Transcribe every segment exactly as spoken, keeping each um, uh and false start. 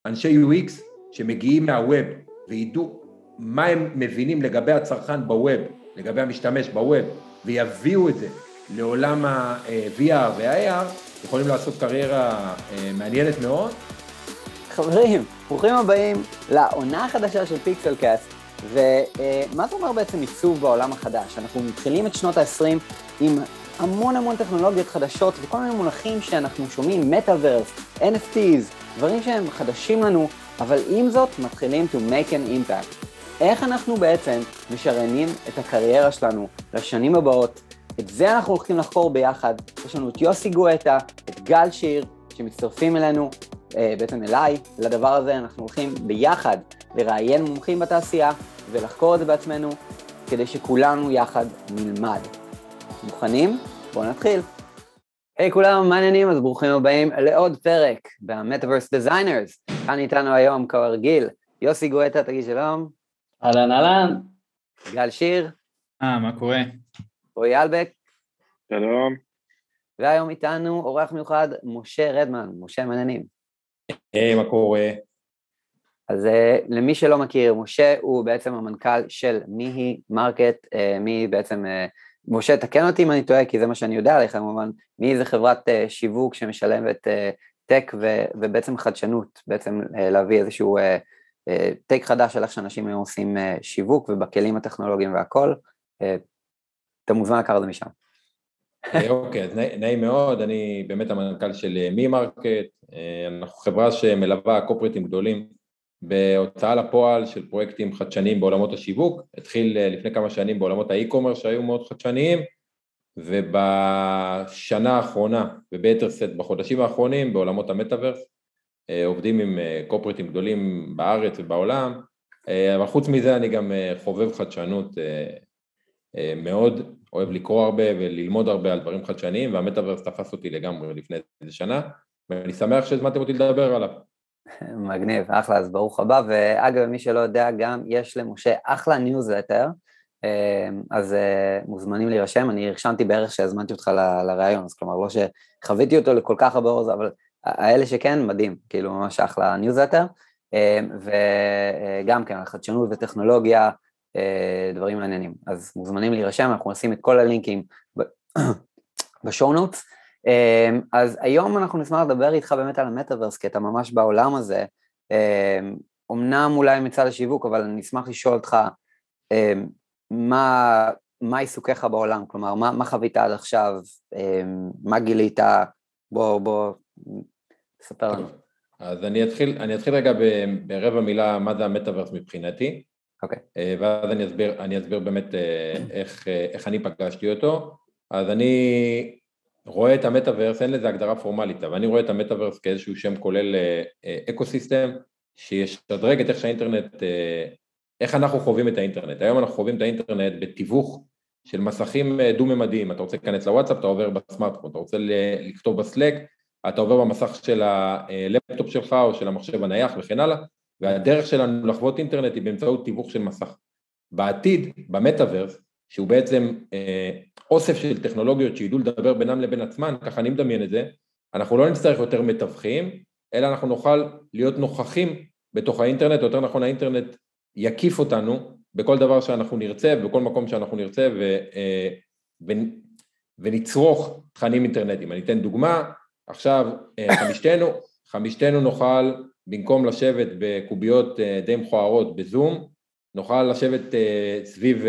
אנשי יו אקס שמגיעים מהווב וידעו מה הם מבינים לגבי הצרכן בווב, לגבי המשתמש בווב, ויביאו את זה לעולם ה-וי אר וה-איי אר, יכולים לעשות קריירה מעניינת מאוד. חברים, ברוכים הבאים לעונה החדשה של פיקסלקאסט, ומה זה אומר בעצם עיצוב בעולם החדש? אנחנו מתחילים את שנות ה-עשרים עם המון המון טכנולוגיות חדשות וכל מיני מונחים שאנחנו שומעים, Metaverse, אן אף טיז, דברים שהם חדשים לנו, אבל עם זאת מתחילים to make an impact. איך אנחנו בעצם משריינים את הקריירה שלנו לשנים הבאות? את זה אנחנו הולכים לחקור ביחד. יש לנו את יוסי גואטה, את גל שיר, שמצטרפים אלינו, בעצם אליי. לדבר הזה אנחנו הולכים ביחד לראיין מומחים בתעשייה ולחקור את זה בעצמנו, כדי שכולנו יחד נלמד. מוכנים? בואו נתחיל. היי hey, כולם, מה העניינים? אז ברוכים הבאים לעוד פרק ב-Metaverse Designers. כאן איתנו היום כרגיל יוסי גואטה, תגיד שלום. אהלן אהלן. גל שיר. אה, מה קורה? רועי אלבק. שלום. והיום איתנו אורח מיוחד, משה רדמן. משה, מה העניינים? היי, מה קורה? אז uh, למי שלא מכיר, משה הוא בעצם המנכ"ל של מיהי מרקט, uh, מי בעצם... Uh, משה, תקן אותי אם אני טועה, כי זה מה שאני יודע עליך, כמובן, מי זה חברת uh, שיווק שמשלמת uh, טק ו- ובעצם חדשנות, בעצם uh, להביא איזשהו uh, uh, טק חדש על איך שאנשים היום עושים uh, שיווק ובכלים הטכנולוגיים והכל, uh, אתה מוזמן לקחת את זה משם. אוקיי, אז נעים מאוד, אני באמת המנכ"ל של מיהי מרקט, אנחנו חברה שמלווה קורפרטים גדולים בהוצאה לפועל של פרויקטים חדשניים בעולמות השיווק, התחיל לפני כמה שנים בעולמות האי-קומרס שהיו מאוד חדשניים, ובשנה האחרונה, וביתר סט בחודשים האחרונים, בעולמות המטאברס, עובדים עם קורפרטים גדולים בארץ ובעולם, אבל חוץ מזה אני גם חובב חדשנות מאוד, אוהב לקרוא הרבה וללמוד הרבה על דברים חדשניים, והמטאברס תפס אותי לגמרי לפני איזה שנה, ואני שמח שהזמנתם אותי לדבר עליו. מגניב, אחלה, אז ברוך הבא, ואגב, מי שלא יודע, גם יש למשה אחלה ניוזלטר, אז מוזמנים להירשם, אני הרשמתי בערך שהזמנתי אותך לרעיון, אז כלומר, לא שחוויתי אותו לכל כך הרבה אורז, אבל האלה שכן, מדהים, כאילו ממש אחלה ניוזלטר, וגם כן, חדשנות וטכנולוגיה, דברים מעניינים, אז מוזמנים להירשם, אנחנו נשים את כל הלינקים בשואו נוטס, אז היום אנחנו נשמח לדבר איתך באמת על המטאברס, כי אתה ממש בעולם הזה, אמנם אולי מצד השיווק, אבל אני אשמח לשאול אותך, מה, מה עיסוקיך בעולם, כלומר, מה, מה חווית עד עכשיו, מה גילית, בוא, בוא, ספר לנו. אז אני אתחיל, אני אתחיל רגע ברבע מילה מה זה המטאברס מבחינתי, אוקיי. ואז אני אסביר, אני אסביר באמת איך, איך אני פגשתי אותו. אז אני רואה את המטאברס, אין לזה הגדרה פורמלית, אבל אני רואה את המטאברס כאיזשהו שם כולל אקוסיסטם, שישדרג את איך שהאינטרנט, איך אנחנו חווים את האינטרנט. היום אנחנו חווים את האינטרנט בתיווך של מסכים דו-ממדיים, אתה רוצה להיכנס לוואטסאפ, אתה עובר בסמארטפון, אתה רוצה לכתוב בסלק, אתה עובר במסך של הלפטופ שלך או של המחשב הנייח וכן הלאה, והדרך שלנו לחוות אינטרנט היא באמצעות תיווך של מסך. בעתיד, במטאברס, שהוא בעצם אה, אוסף של טכנולוגיות שידעו לדבר בינם לבין עצמן, ככה אני מדמיין את זה, אנחנו לא נצטרך יותר מתווכים, אלא אנחנו נוכל להיות נוכחים בתוך האינטרנט, או יותר נכון האינטרנט יקיף אותנו בכל דבר שאנחנו נרצה, בכל מקום שאנחנו נרצה, ו, אה, ו, ונצרוך תכנים אינטרנטיים. אני אתן דוגמה, עכשיו אה, חמישתנו, חמישתנו נוכל, במקום לשבת בקוביות די מכוערות בזום, נוכל לשבת סביב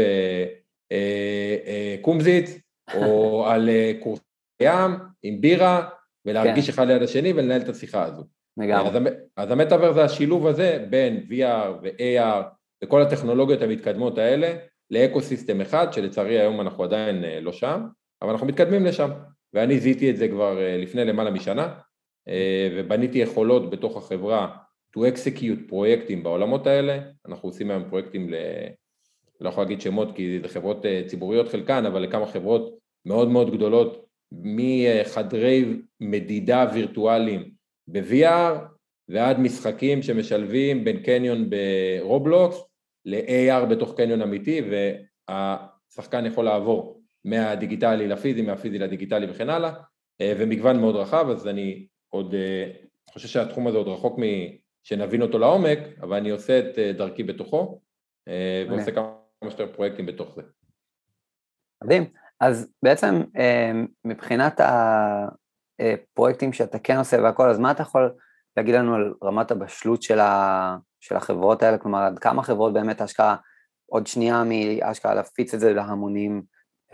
קומזיץ, או על קורס ים, עם בירה, ולהרגיש אחד ליד השני, ולנהל את השיחה הזו. אז המטאברס זה השילוב הזה, בין וי אר ו-איי אר, וכל הטכנולוגיות המתקדמות האלה, לאקוסיסטם אחד, שלצערי היום אנחנו עדיין לא שם, אבל אנחנו מתקדמים לשם, ואני זיהיתי את זה כבר לפני למעלה משנה, ובניתי יכולות בתוך החברה to execute פרויקטים בעולמות האלה, אנחנו עושים היום פרויקטים, ל... לא יכול להגיד שמות כי זה חברות ציבוריות חלקן, אבל לכמה חברות מאוד מאוד גדולות, מחדרי מדידה וירטואליים ב-וי אר, ועד משחקים שמשלבים בין קניון ברובלוקס, ל-איי אר בתוך קניון אמיתי, והשחקן יכול לעבור מהדיגיטלי לפיזי, מהפיזי לדיגיטלי וכן הלאה, ומגוון מאוד רחב, אז אני עוד חושב שהתחום הזה עוד רחוק שנבין אותו לעומק, אבל אני עושה את דרכי בתוכו, ועושה כמה שיותר פרויקטים בתוך זה. מדהים. אז בעצם מבחינת הפרויקטים שאתה כן עושה והכל, אז מה אתה יכול להגיד לנו על רמת הבשלות של, ה, של החברות האלה? כלומר, עד כמה חברות באמת ההשקעה, עוד שנייה מהשקעה להפיץ את זה להמונים,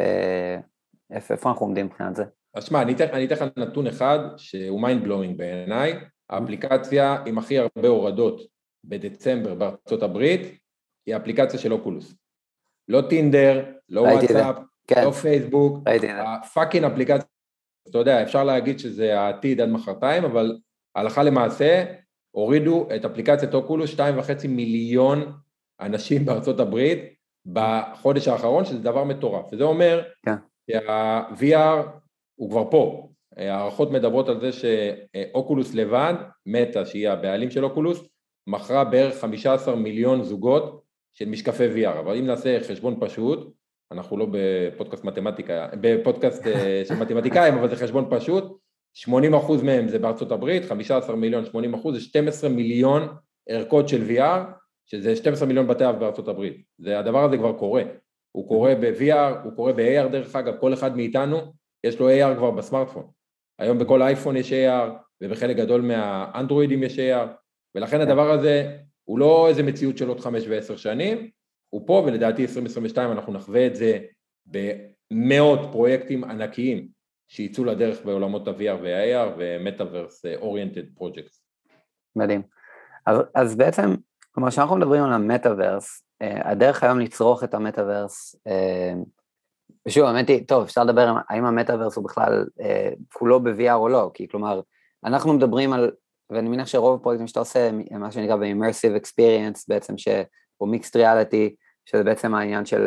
איפה, איפה אנחנו עומדים מבחינת זה? אז שמה, אני אתן לך נתון אחד שהוא mind blowing בעיניי, האפליקציה עם הכי הרבה הורדות בדצמבר בארצות הברית, היא האפליקציה של אוקולוס. לא טינדר, לא וואטסאפ, כן. לא פייסבוק, הפאקינג אפליקציה, אתה יודע, אפשר להגיד שזה העתיד עד מחרתיים, אבל הלכה למעשה, הורידו את אפליקציית אוקולוס, שתיים וחצי מיליון אנשים בארצות הברית, בחודש האחרון, שזה דבר מטורף. וזה אומר, כן. שה-וי אר הוא כבר פה. הערכות מדברות על זה שאוקולוס לבד, מטה, שהיא הבעלים של אוקולוס, מכרה בערך חמישה עשר מיליון זוגות של משקפי וי אר. אבל אם נעשה חשבון פשוט, אנחנו לא בפודקאסט מתמטיקה, בפודקאסט של מתמטיקאים, אבל זה חשבון פשוט, שמונים אחוז מהם זה בארצות הברית, חמישה עשר מיליון, שמונים אחוז, זה שנים עשר מיליון ערכות של וי אר, שזה שנים עשר מיליון בתי אב בארצות הברית. זה, הדבר הזה כבר קורה. הוא קורה ב-וי אר, הוא קורה ב-איי אר דרך אגב, כל אחד מאיתנו, יש לו איי אר כבר בסמארטפון. היום בכל אייפון יש איי אר, ובחלק גדול מהאנדרואידים יש איי אר, ולכן הדבר הזה הוא לא איזה מציאות של עוד חמש ועשר שנים, הוא פה, ולדעתי עשרים עשרים ושתיים אנחנו נחווה את זה במאות פרויקטים ענקיים, שיצאו לדרך בעולמות ה-וי אר וה-איי אר ו-Metaverse Oriented Projects. מדהים. אז, אז בעצם, כלומר, שאנחנו מדברים על ה-Metaverse, הדרך היום לצרוך את ה-Metaverse, ושוב, האמת היא, טוב, אפשר לדבר האם ה-Metaverse הוא בכלל כולו ב-וי אר או לא, כי כלומר, אנחנו מדברים על, ואני מניח שרוב הפרויקטים שאתה עושה, מה שנקרא ב-Immersive Experience בעצם, ש... או Mixed Reality, שזה בעצם העניין של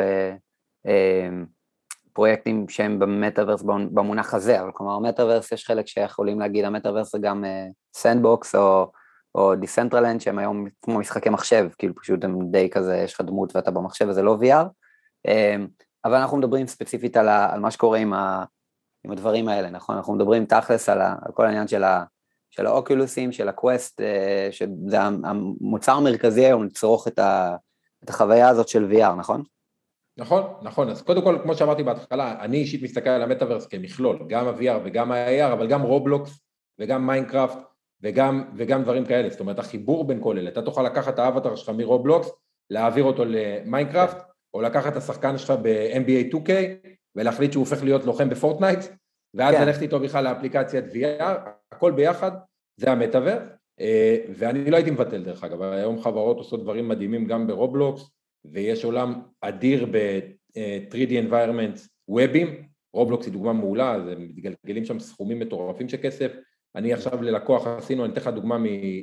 פרויקטים שהם במטאברס במונח הזה, אבל כלומר, המטאברס יש חלק שיכולים להגיד, המטאברס זה גם סנדבוקס או, או דיסנטרלנד, שהם היום כמו משחקי מחשב, כאילו פשוט הם די כזה, יש לך דמות ואתה במחשב וזה לא וי אר, אבל אנחנו מדברים ספציפית על, ה, על מה שקורה עם, ה, עם הדברים האלה, נכון? אנחנו מדברים תכלס על, ה, על כל העניין של, ה, של האוקולוסים, של הקווסט, שזה המוצר המרכזי היום לצרוך את, ה, את החוויה הזאת של וי אר, נכון? נכון, נכון, אז קודם כל, כמו שאמרתי בהתחלה, אני אישית מסתכל על המטאברס כמכלול, גם ה-וי אר וגם ה-איי אר, אבל גם רובלוקס וגם מיינקראפט וגם, וגם דברים כאלה, זאת אומרת, החיבור בין כל אלה, אתה תוכל לקחת את האבטר שלך מרובלוקס, להעביר אותו למיינקראפט, או לקחת את השחקן שלך ב-אן בי איי טו קיי, ולהחליט שהוא הופך להיות לוחם בפורטנייט, ואז כן. ללכת איתו בכלל לאפליקציית וי אר, הכל ביחד, זה המטאברס, ואני לא הייתי מבטל דרך אגב, היום חברות עושות דברים מדהימים גם ברובלוקס, ויש עולם אדיר ב-תרי די environments וובים, רובלוקס היא דוגמה מעולה, אז הם מתגלגלים שם סכומים מטורפים של כסף, אני עכשיו ללקוח עשינו, אני אתן לך דוגמה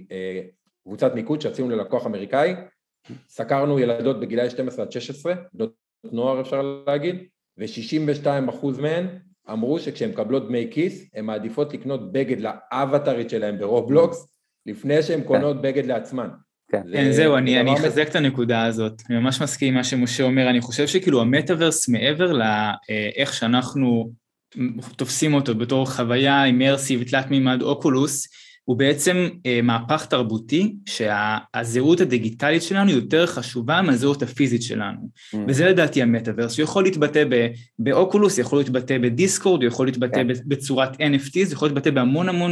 מקבוצת מיקוד שעשינו ללקוח אמריקאי, סקרנו ילדות בגילאי שתים עשרה עד שש עשרה, בנות נוער אפשר להגיד, ו-שישים ושתיים אחוז מהן אמרו שכשהן מקבלות דמי כיס, הן מעדיפות לקנות בגד לאבטרית שלהן ברובלוקס, לפני שהן קונות בגד לעצמן. כן, זהו, אני אחזק את הנקודה הזאת, אני ממש מסכים מה שמשה אומר, אני חושב שכאילו המטאברס מעבר לאיך שאנחנו תופסים אותו בתור חוויה אימרסיב, תלת מימד אוקולוס, הוא בעצם מהפך תרבותי שהזהות הדיגיטלית שלנו יותר חשובה מהזהות הפיזית שלנו, וזה לדעתי המטאברס, הוא יכול להתבטא באוקולוס, יכול להתבטא בדיסקורד, הוא יכול להתבטא בצורת אן אף טי, הוא יכול להתבטא בהמון המון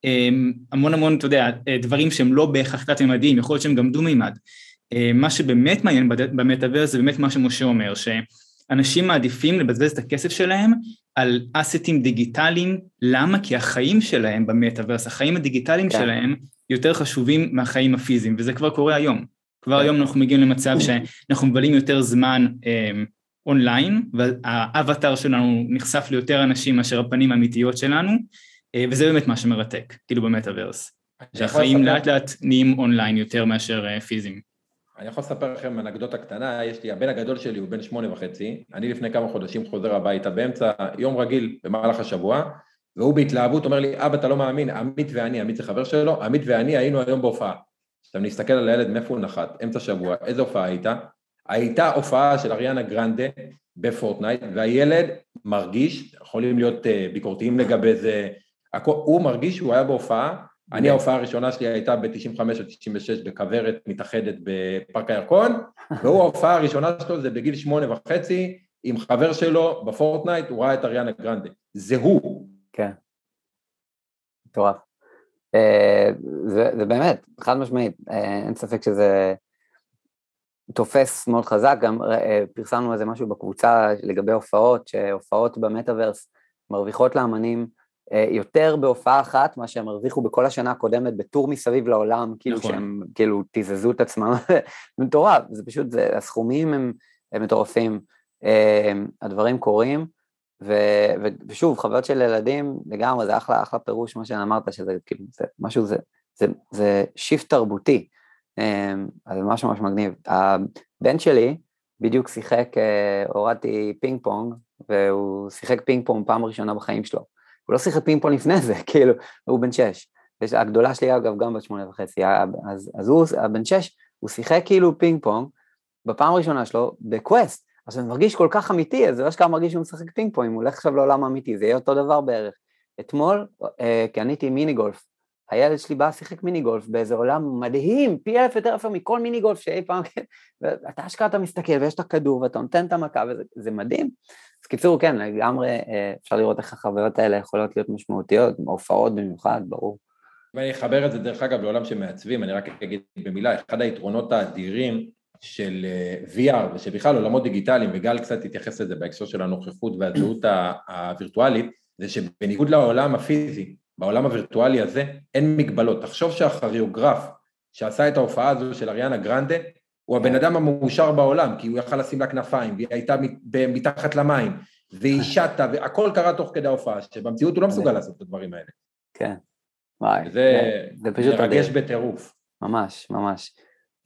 המון המון, אתה יודע, דברים שהם לא בהכרח תלת-ממדיים, יכול להיות שהם גם דו-מימד. מה שבאמת מעניין במטאברס זה באמת מה שמשה אומר, שאנשים מעדיפים לבזבז את הכסף שלהם על אסטים דיגיטליים, למה? כי החיים שלהם במטאברס, החיים הדיגיטליים כן. שלהם יותר חשובים מהחיים הפיזיים, וזה כבר קורה היום. כבר כן. היום אנחנו מגיעים למצב שאנחנו מבלים יותר זמן אונליין, והאבטר שלנו נחשף ליותר אנשים מאשר הפנים האמיתיות שלנו, וזה באמת מה שמרתק, כאילו במטאברס, שהחיים לאט לאט נהיים אונליין יותר מאשר פיזיים. אני יכול לספר לכם אנקדוטה קטנה, יש לי, הבן הגדול שלי הוא בן שמונה וחצי, אני לפני כמה חודשים חוזר הביתה באמצע יום רגיל במהלך השבוע, והוא בהתלהבות אומר לי, אבא אתה לא מאמין, עמית ואני, עמית זה חבר שלו, עמית ואני היינו היום בהופעה. עכשיו נסתכל על הילד מאיפה הוא נחת, אמצע שבוע, איזו הופעה הייתה? הייתה הופעה של אריאנה גרנדה בפורטנייט, והילד מרגיש, יכולים להיות ביקורתיים לגבי זה, הוא מרגיש שהוא היה בהופעה אני ההופעה הראשונה שלי הייתה ב-תשעים וחמש או תשעים ושש בכוורת מתאחדת בפארק הירקון, והוא ההופעה הראשונה שלו זה בגיל שמונה וחצי, עם חבר שלו בפורטנייט, הוא ראה את אריאנה גרנדה. זה הוא. כן. מטורף. זה, זה באמת, חד משמעית, אין ספק שזה תופס מאוד חזק, גם פרסמנו איזה משהו בקבוצה לגבי הופעות, שהופעות במטאברס מרוויחות לאמנים יותר בהופעה אחת, מה שהם הרוויחו בכל השנה הקודמת, בטור מסביב לעולם, כאילו נכון. שהם כאילו תיזזו את עצמם, מטורף, זה פשוט, זה, הסכומים הם, הם מטורפים, הדברים קורים, ו, ו, ושוב, חוויות של ילדים, לגמרי, זה אחלה, אחלה פירוש, מה שאמרת, שזה כאילו, זה משהו, זה, זה, זה שיפט תרבותי, אז זה משהו ממש מגניב. הבן שלי בדיוק שיחק, הורדתי פינג פונג, והוא שיחק פינג פונג פעם ראשונה בחיים שלו. הוא לא שיחק פינג פונג לפני זה, כאילו, הוא בן שש. הגדולה שלי, אגב, גם בת שמונה וחצי, אז, אז הוא, הבן שש, הוא שיחק כאילו פינג פונג, בפעם הראשונה שלו, בקווסט. אז הוא מרגיש כל כך אמיתי, אז זה לא שכר מרגיש שהוא משחק פינג פונג, הוא הולך עכשיו לעולם אמיתי, זה יהיה אותו דבר בערך. אתמול, כי עניתי מיני גולף, הילד שלי בא שיחק מיני גולף באיזה עולם מדהים, פי אלף יותר יפה מכל מיני גולף שאי פעם, ואתה אשכרה אתה מסתכל ויש את הכדור ואתה נותן את המכה וזה מדהים. אז קיצור, כן, לגמרי אפשר לראות איך החוויות האלה יכולות להיות משמעותיות, הופעות במיוחד, ברור. ואני אחבר את זה דרך אגב לעולם שמעצבים, אני רק אגיד במילה, אחד היתרונות האדירים של וי אר ושבכלל עולמות דיגיטליים, וגל קצת התייחס לזה בהקשר של הנוכחות והזהות הווירטואלית, זה שבניגוד לעולם הפיזי, בעולם הווירטואלי הזה אין מגבלות. תחשוב שהכוריאוגרף שעשה את ההופעה הזו של אריאנה גרנדה, הוא הבן אדם המאושר בעולם, כי הוא יכל לשים לה כנפיים, והיא הייתה מתחת למים, והיא שטה, והכל קרה תוך כדי ההופעה, שבמציאות הוא לא מסוגל לעשות את הדברים האלה. כן, וואי. זה מרגש בטירוף. ממש, ממש.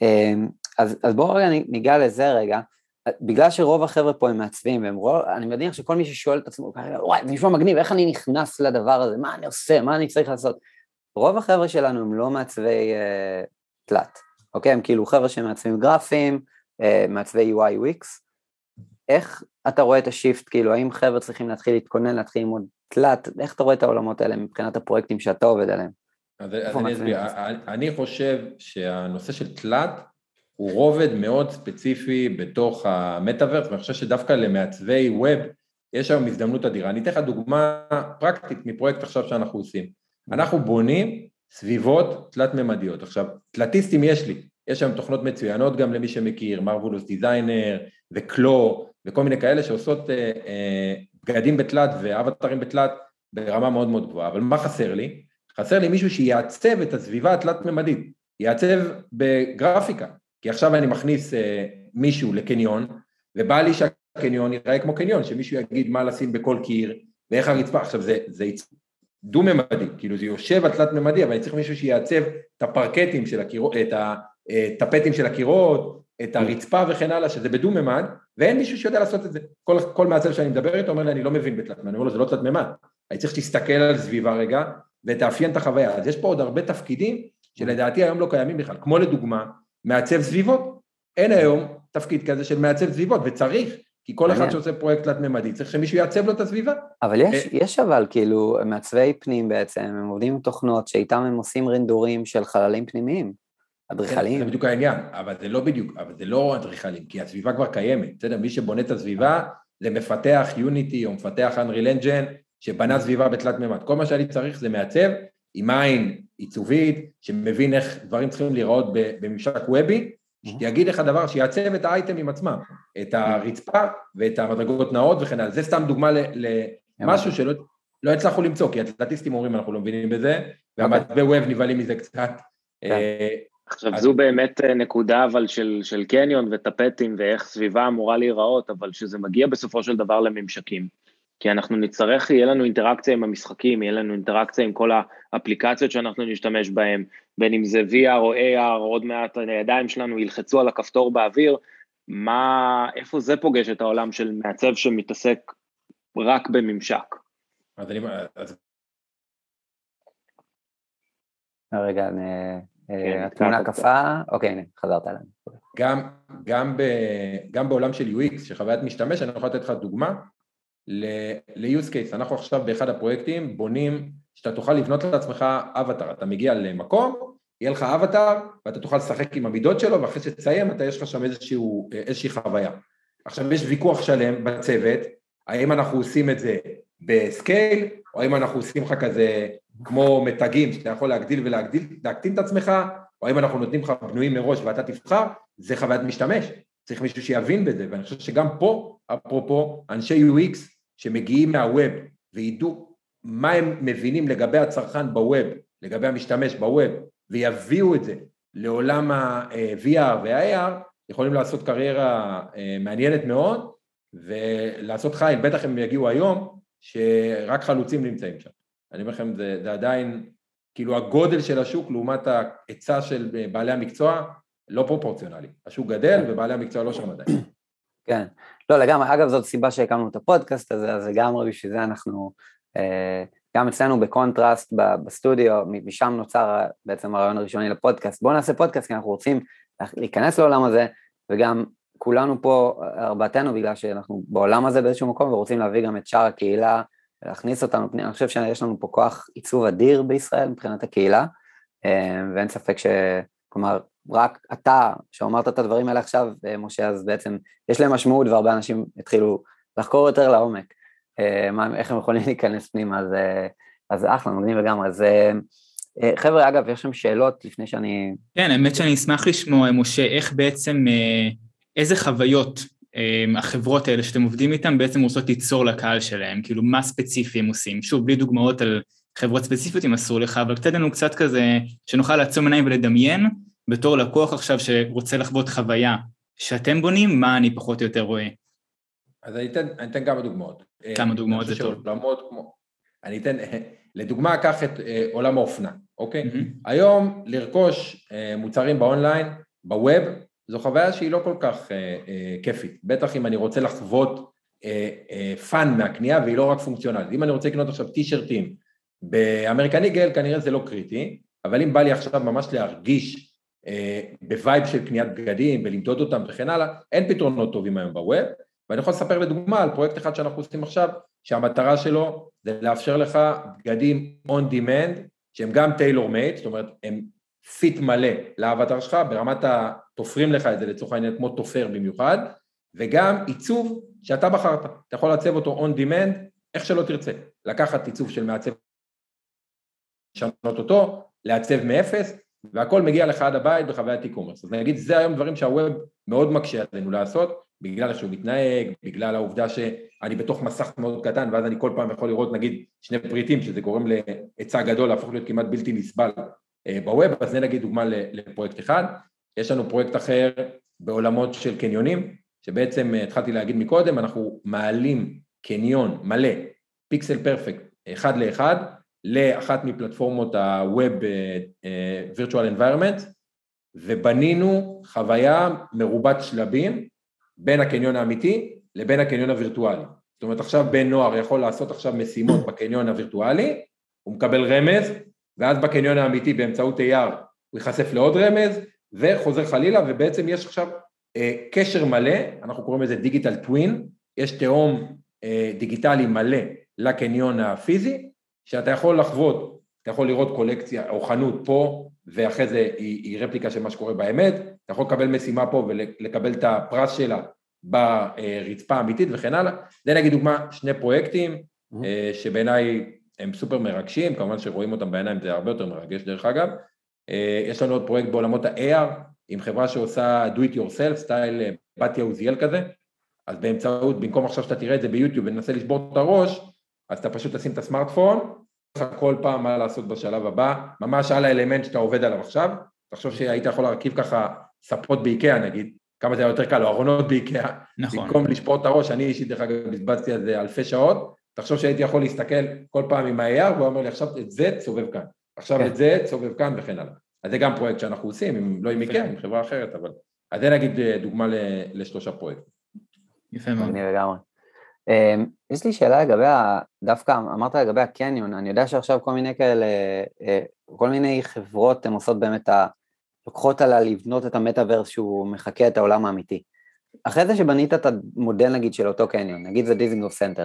אז, אז בואו רגע ניגע לזה רגע, בגלל שרוב החבר'ה פה הם מעצבים, והם רוב, אני מניח שכל מי ששואל את עצמו, וואי, זה נשמע מגניב, איך אני נכנס לדבר הזה, מה אני עושה, מה אני צריך לעשות? רוב החבר'ה שלנו הם לא מעצבי אה, תלת, אוקיי? הם כאילו חבר'ה שמעצבים גרפיים, אה, מעצבי יו איי יו אקס, איך אתה רואה את השיפט, כאילו, האם חבר'ה צריכים להתחיל להתכונן, להתחיל ללמוד תלת, איך אתה רואה את העולמות האלה מבחינת הפרויקטים שאתה עובד עליהם? אז, אז אני אסביר, אני חושב שהנושא של תלת, הוא רובד מאוד ספציפי בתוך המטאברס, ואני חושב שדווקא למעצבי ווב, יש היום הזדמנות אדירה. אני אתן לך דוגמה פרקטית מפרויקט עכשיו שאנחנו עושים. אנחנו בונים סביבות תלת-ממדיות. עכשיו, תלתיסטים יש לי, יש היום תוכנות מצוינות גם למי שמכיר, מרוולוס דיזיינר וקלו, וכל מיני כאלה שעושות אה, אה, בגדים בתלת ואבטרים בתלת ברמה מאוד מאוד גבוהה. אבל מה חסר לי? חסר לי מישהו שיעצב את הסביבה התלת-ממדית, יעצב בגרפיקה. כי עכשיו אני מכניס אה, מישהו לקניון, ובא לי שהקניון ייראה כמו קניון, שמישהו יגיד מה לשים בכל קיר, ואיך הרצפה, עכשיו זה, זה דו-ממדי, כאילו זה יושב על תלת-ממדי, אבל אני צריך מישהו שיעצב את הפרקטים של הקירות, את הטפטים של הקירות, את הרצפה וכן הלאה, שזה בדו-ממד, ואין מישהו שיודע לעשות את זה. כל, כל מעצב שאני מדבר איתו אומר לי, אני לא מבין בתלת-ממד, אני אומר לו, זה לא תלת-ממד, אני צריך שתסתכל על סביבה רגע, ותאפיין את החוויה. אז יש פה עוד הרבה תפקידים, שלדעתי היום לא קיימים בכלל, כמו לדוגמה, מעצב סביבות, אין היום תפקיד כזה של מעצב סביבות, וצריך, כי כל אחד שעושה פרויקט תלת-ממדי, צריך שמישהו יעצב לו את הסביבה. אבל יש, יש אבל כאילו, מעצבי פנים בעצם, הם עובדים עם תוכנות שאיתם הם עושים רנדורים של חללים פנימיים, אדריכליים. זה בדיוק העניין, אבל זה לא בדיוק, אבל זה לא אדריכלים, כי הסביבה כבר קיימת, בסדר, מי שבונה את הסביבה, זה מפתח יוניטי או מפתח Unreal Engine, שבנה סביבה בתלת-ממד. כל מה שאני צריך זה מעצב, עם עין עיצובית, שמבין איך דברים צריכים להיראות בממשק וובי, שיגיד לך דבר שיעצב את האייטמים עצמם, את הרצפה ואת המדרגות נאות וכן הלאה. זה סתם דוגמה למשהו שלא לא הצלחנו למצוא, כי התלתיסטים אומרים אנחנו לא מבינים בזה, והמעצבי ווב נבהלים מזה קצת. עכשיו זו באמת נקודה אבל של, של קניון וטפטים ואיך סביבה אמורה להיראות, אבל שזה מגיע בסופו של דבר לממשקים. כי אנחנו נצטרך, יהיה לנו אינטראקציה עם המשחקים, יהיה לנו אינטראקציה עם כל האפליקציות שאנחנו נשתמש בהן, בין אם זה וי אר או איי אר, עוד מעט הידיים שלנו ילחצו על הכפתור באוויר, מה, איפה זה פוגש את העולם של מעצב שמתעסק רק בממשק? אז אני... אז... רגע, התמונה קפה, אוקיי, הנה, חזרת עלינו. גם, גם, ב, גם בעולם של יו אקס, שחוויית משתמש, אני יכול לתת לך דוגמה, ל-use case, אנחנו עכשיו באחד הפרויקטים בונים שאתה תוכל לבנות לעצמך אבטר, אתה מגיע למקום, יהיה לך אבטר, ואתה תוכל לשחק עם המידות שלו, ואחרי שתסיים, אתה יש לך שם איזשהו, איזושהי חוויה. עכשיו, יש ויכוח שלם בצוות, האם אנחנו עושים את זה בסקייל, או האם אנחנו עושים לך כזה, כמו מתגים, שאתה יכול להגדיל ולהגדיל, להקטין את עצמך, או האם אנחנו נותנים לך בנויים מראש, ואתה תבחר, זה חוויית משתמש, צריך מישהו שיבין בזה, ואני חושב שגם פה, אפרופו, אנשי יו אקס, שמגיעים מהווב, וידעו מה הם מבינים לגבי הצרכן בווב, לגבי המשתמש בווב, ויביאו את זה לעולם ה-וי אר וה-איי אר, יכולים לעשות קריירה מעניינת מאוד, ולעשות חייל, בטח הם יגיעו היום, שרק חלוצים נמצאים שם. אני אומר לכם, זה, זה עדיין, כאילו הגודל של השוק, לעומת ההיצע של בעלי המקצוע, לא פרופורציונלי. השוק גדל, ובעלי המקצוע לא שם עדיין. כן, לא לגמרי, אגב זאת סיבה שהקמנו את הפודקאסט הזה, אז לגמרי בשביל זה אנחנו, גם אצלנו בקונטרסט בסטודיו, משם נוצר בעצם הרעיון הראשוני לפודקאסט, בואו נעשה פודקאסט, כי אנחנו רוצים להיכנס לעולם הזה, וגם כולנו פה, ארבעתנו, בגלל שאנחנו בעולם הזה באיזשהו מקום, ורוצים להביא גם את שאר הקהילה, להכניס אותנו, אני חושב שיש לנו פה כוח עיצוב אדיר בישראל, מבחינת הקהילה, ואין ספק ש, כלומר, רק אתה, שאומרת את הדברים האלה עכשיו, משה, אז בעצם יש להם משמעות, והרבה אנשים התחילו לחקור יותר לעומק, איך הם יכולים להיכנס פנימה, אז, אז אחלה, מגניב לגמרי, אז חבר'ה, אגב, יש שם שאלות לפני שאני... כן, האמת שאני אשמח לשמוע, משה, איך בעצם, איזה חוויות החברות האלה שאתם עובדים איתן בעצם רוצות ליצור לקהל שלהם, כאילו מה ספציפי הם עושים, שוב, בלי דוגמאות על חברות ספציפיות אם אסור לך, אבל קצת לנו קצת כזה, שנוכל לעצום עיניים ולדמיין, בתור לקוח עכשיו שרוצה לחוות חוויה שאתם בונים, מה אני פחות או יותר רואה. אז אני אתן, אני אתן כמה דוגמאות. כמה דוגמאות זה טוב. כמו, אני אתן, לדוגמה, קח את עולם האופנה, אוקיי? Mm-hmm. היום לרכוש מוצרים באונליין, בווב, זו חוויה שהיא לא כל כך אה, אה, כיפית, בטח אם אני רוצה לחוות אה, אה, פן מהקנייה, והיא לא רק פונקציונלית. אם אני רוצה לקנות עכשיו טישרטים באמריקן איגל, כנראה זה לא קריטי, אבל אם בא לי עכשיו ממש להרגיש אה, בווייב של קניית בגדים, ולמדוד אותם וכן הלאה, אין פתרונות טובים היום בווב, ואני יכול לספר לדוגמה על פרויקט אחד שאנחנו עושים עכשיו, שהמטרה שלו זה לאפשר לך בגדים on demand, שהם גם טיילור מייד, זאת אומרת, הם פיט מלא לאבטר שלך, ברמת ה... תופרים לך את זה לצורך העניין כמו תופר במיוחד, וגם עיצוב שאתה בחרת, אתה יכול לעצב אותו on demand, איך שלא תרצה, לקחת עיצוב של מעצב, לשנות אותו, לעצב מאפס, והכל מגיע לך עד הבית בחוויית e-commerce. אז נגיד, זה היום דברים שהווב מאוד מקשה עלינו לעשות, בגלל שהוא מתנהג, בגלל העובדה שאני בתוך מסך מאוד קטן, ואז אני כל פעם יכול לראות נגיד שני פריטים, שזה גורם להיצע גדול, להפוך להיות כמעט בלתי נסבל בווב, אז זה נגיד דוגמה לפרויקט אחד. יש לנו פרויקט אחר בעולמות של קניונים, שבעצם התחלתי להגיד מקודם, אנחנו מעלים קניון מלא, פיקסל פרפקט, אחד לאחד, לאחת מפלטפורמות ה-Web Virtual Environment, ובנינו חוויה מרובת שלבים, בין הקניון האמיתי לבין הקניון הווירטואלי. זאת אומרת, עכשיו בן נוער יכול לעשות עכשיו משימות בקניון הווירטואלי, הוא מקבל רמז, ואז בקניון האמיתי באמצעות איי אר הוא ייחשף לעוד רמז, וחוזר חלילה, ובעצם יש עכשיו אה, קשר מלא, אנחנו קוראים לזה דיגיטל טווין, יש תאום אה, דיגיטלי מלא לקניון הפיזי, שאתה יכול לחוות, אתה יכול לראות קולקציה או חנות פה, ואחרי זה היא, היא רפליקה של מה שקורה באמת, אתה יכול לקבל משימה פה ולקבל את הפרס שלה ברצפה האמיתית וכן הלאה. זה נגיד דוגמה, שני פרויקטים mm-hmm. אה, שבעיניי הם סופר מרגשים, כמובן שרואים אותם בעיניים זה הרבה יותר מרגש דרך אגב, יש לנו עוד פרויקט בעולמות ה-איי אר, עם חברה שעושה do it yourself, סטייל בתיה עוזיאל כזה, אז באמצעות, במקום עכשיו שאתה תראה את זה ביוטיוב וננסה לשבור את הראש, אז אתה פשוט תשים את הסמארטפון, כל פעם מה לעשות בשלב הבא, ממש על האלמנט שאתה עובד עליו עכשיו, תחשוב שהיית יכול להרכיב ככה ספות באיקאה נגיד, כמה זה היה יותר קל, או ארונות באיקאה, נכון. במקום לשבור את הראש, אני אישית דרך אגב בזבזתי על זה אלפי שעות, תחשוב שהייתי יכול להסתכל כל פעם עם ה-איי אר, והוא אומר לי עכשיו את זה סובב כאן. עכשיו את זה צובב כאן וכן הלאה. אז זה גם פרויקט שאנחנו עושים, אם לא עם איקאה, עם חברה אחרת, אבל... אז זה נגיד דוגמה לשלושה פרויקטים. יפה מאוד. אני לגמרי. יש לי שאלה לגבי, דווקא אמרת לגבי הקניון, אני יודע שעכשיו כל מיני כאלה, כל מיני חברות הן עושות באמת, לוקחות עליה לבנות את המטאברס שהוא מחכה את העולם האמיתי. אחרי זה שבנית את המודל נגיד של אותו קניון, נגיד זה דיזינגוף סנטר,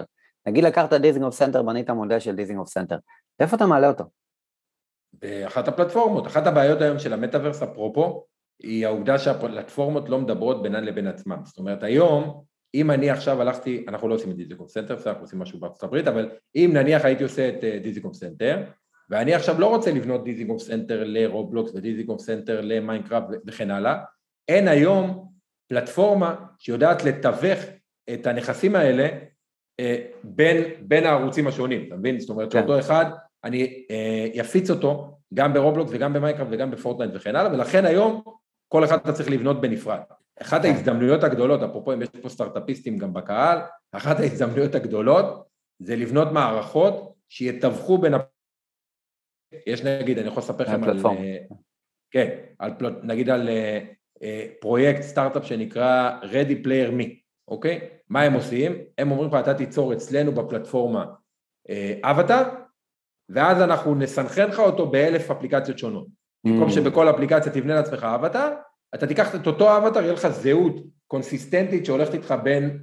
נגיד לקחת דיזינגוף סנטר, בנית מודל של דיזינגוף סנטר, איפה אתה מעלה אותו? באחת הפלטפורמות, אחת הבעיות היום של המטאברס אפרופו, היא העובדה שהפלטפורמות לא מדברות בינן לבין עצמם, זאת אומרת היום, אם אני עכשיו הלכתי, אנחנו לא עושים את דיזינגוף סנטר, אנחנו עושים משהו בארצות הברית, אבל אם נניח הייתי עושה את דיזינגוף סנטר, ואני עכשיו לא רוצה לבנות דיזינגוף סנטר לרובלוקס ודיזינגוף סנטר למיינקראפט וכן הלאה, אין היום פלטפורמה שיודעת לתווך את הנכסים האלה בין, בין הערוצים השונים, אתה מבין? זאת אומרת שאותו אחד, אני יפיץ אותו גם ברובלוקס וגם במיינקראפט וגם בפורטנייט וכן הלאה, ולכן היום כל אחד אתה צריך לבנות בנפרד. אחת ההזדמנויות הגדולות, אפרופו אם יש פה סטארט-אפיסטים גם בקהל, אחת ההזדמנויות הגדולות זה לבנות מערכות שיתווכו בין יש נגיד, אני יכול לספר לכם על, כן, על, נגיד על פרויקט סטארט-אפ שנקרא Ready Player Me, אוקיי? מה הם עושים? הם אומרים לך, אתה תיצור אצלנו בפלטפורמה אבטר, ואז אנחנו נסנכרן לך אותו באלף אפליקציות שונות. במקום שבכל אפליקציה תבנה לעצמך אבטר, אתה תיקח את אותו אבטר, יהיה לך זהות קונסיסטנטית שהולכת איתך בין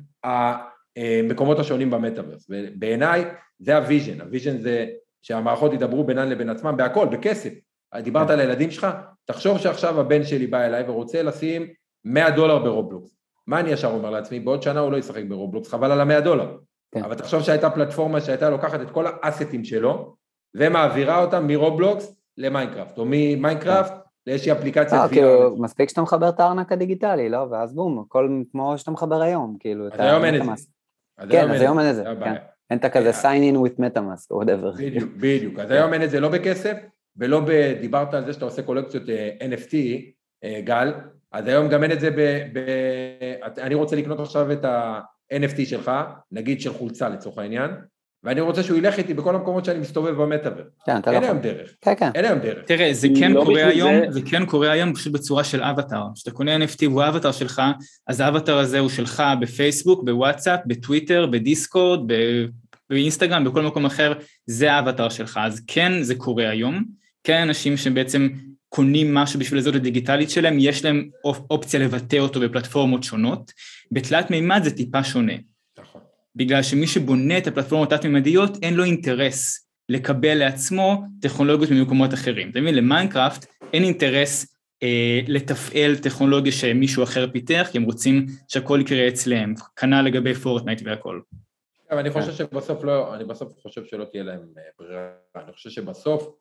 המקומות השונים במטאברס. ובעיניי זה הוויז'ן, הוויז'ן זה שהמערכות ידברו בינן לבין עצמם בהכל, בכסף. דיברת על הילדים שלך, תחשוב שעכשיו הבן שלי בא אליי ורוצה לשים מאה דולר ברובלוקס. מה אני ישר אומר לעצמי? בעוד שנה הוא לא ישחק ברובלוקס, חבל על ה-מאה דולר. אבל תחשוב שהייתה פלטפורמה שהייתה לוקחת את כל האסטים שלו, ומעבירה אותם מרובלוקס למיינקראפט, או ממיינקראפט לאיזושהי אפליקציה. כאילו, מספיק שאתה מחבר את הארנק הדיגיטלי, לא? ואז בום, הכל כמו שאתה מחבר היום, כאילו. אז היום אין את זה. כן, אז היום אין את זה, כן. אין את כזה sign in with MetaMask, או whatever. בדיוק, בדיוק. אז היום אין את זה לא בכסף, ולא דיברת על זה שאתה עושה קולקציות אן אף טי, גל, אז היום גם אין את זה ב... אני רוצה לקנות עכשיו את ה-אן אף טי שלך, נגיד של חולצה לצורך העניין, ואני רוצה שהוא ילך איתי בכל המקומות שאני מסתובב במטאבר. אין היום דרך. אין היום דרך. תראה, זה כן קורה היום, זה כן קורה היום פשוט בצורה של אבטר. כשאתה קונה אן אף טי והוא האבטר שלך, אז האבטר הזה הוא שלך בפייסבוק, בוואטסאפ, בטוויטר, בדיסקורד, באינסטגרם, בכל מקום אחר, זה האבטר שלך. אז כן, זה קורה היום. כן, אנשים שבעצם קונים משהו בשביל הזהות הדיגיטלית שלהם, יש להם אופציה לבטא אותו בפלטפורמות שונות. בתלת מימד זה טיפה שונה. נכון. בגלל שמי שבונה את הפלטפורמות תת-ממדיות, אין לו אינטרס לקבל לעצמו טכנולוגיות ממקומות אחרים. אתה מבין, למיינקראפט אין אינטרס אה, לתפעל טכנולוגיה שמישהו אחר פיתח, כי הם רוצים שהכל יקרה אצלם, כנ"ל לגבי פורטנייט והכל. אבל אני חושב שבסוף לא, אני בסוף חושב שלא תהיה להם ברירה. אני חושב שבסוף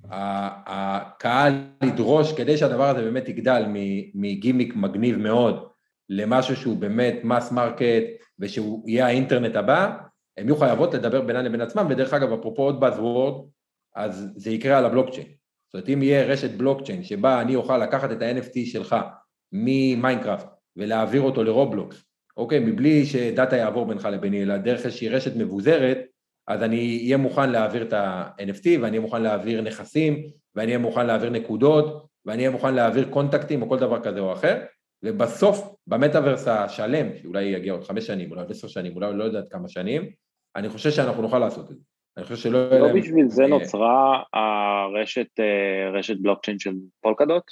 הקהל ידרוש, כדי שהדבר הזה באמת יגדל מגימיק מגניב מאוד, למשהו שהוא באמת מס מרקט, ושהוא יהיה האינטרנט הבא, הם יהיו חייבות לדבר בינן לבין עצמם, ודרך אגב, אפרופו עוד באזוורד, אז זה יקרה על הבלוקצ'יין. זאת אומרת, אם יהיה רשת בלוקצ'יין, שבה אני אוכל לקחת את ה-אן אף טי שלך, ממיינקראפט, ולהעביר אותו לרובלוקס, אוקיי, מבלי שדאטה יעבור בינך לביני, אלא דרך איזושהי רשת מבוזרת, אז אני אהיה מוכן להעביר את ה-אן אף טי, ואני אהיה מוכן להעביר נכסים, ואני אהיה מוכן להעביר נקודות, ואני אהיה מוכן להעביר קונטקטים, או כל דבר כזה או אחר, ובסוף, במטאברס השלם, שאולי יגיע עוד חמש שנים, אולי עוד עשר שנים, אולי לא יודעת כמה שנים, אני חושב שאנחנו נוכל לעשות את זה. אני חושב שלא... לא בשביל זה נוצרה הרשת, רשת בלוקצ'יין של פולקדוט?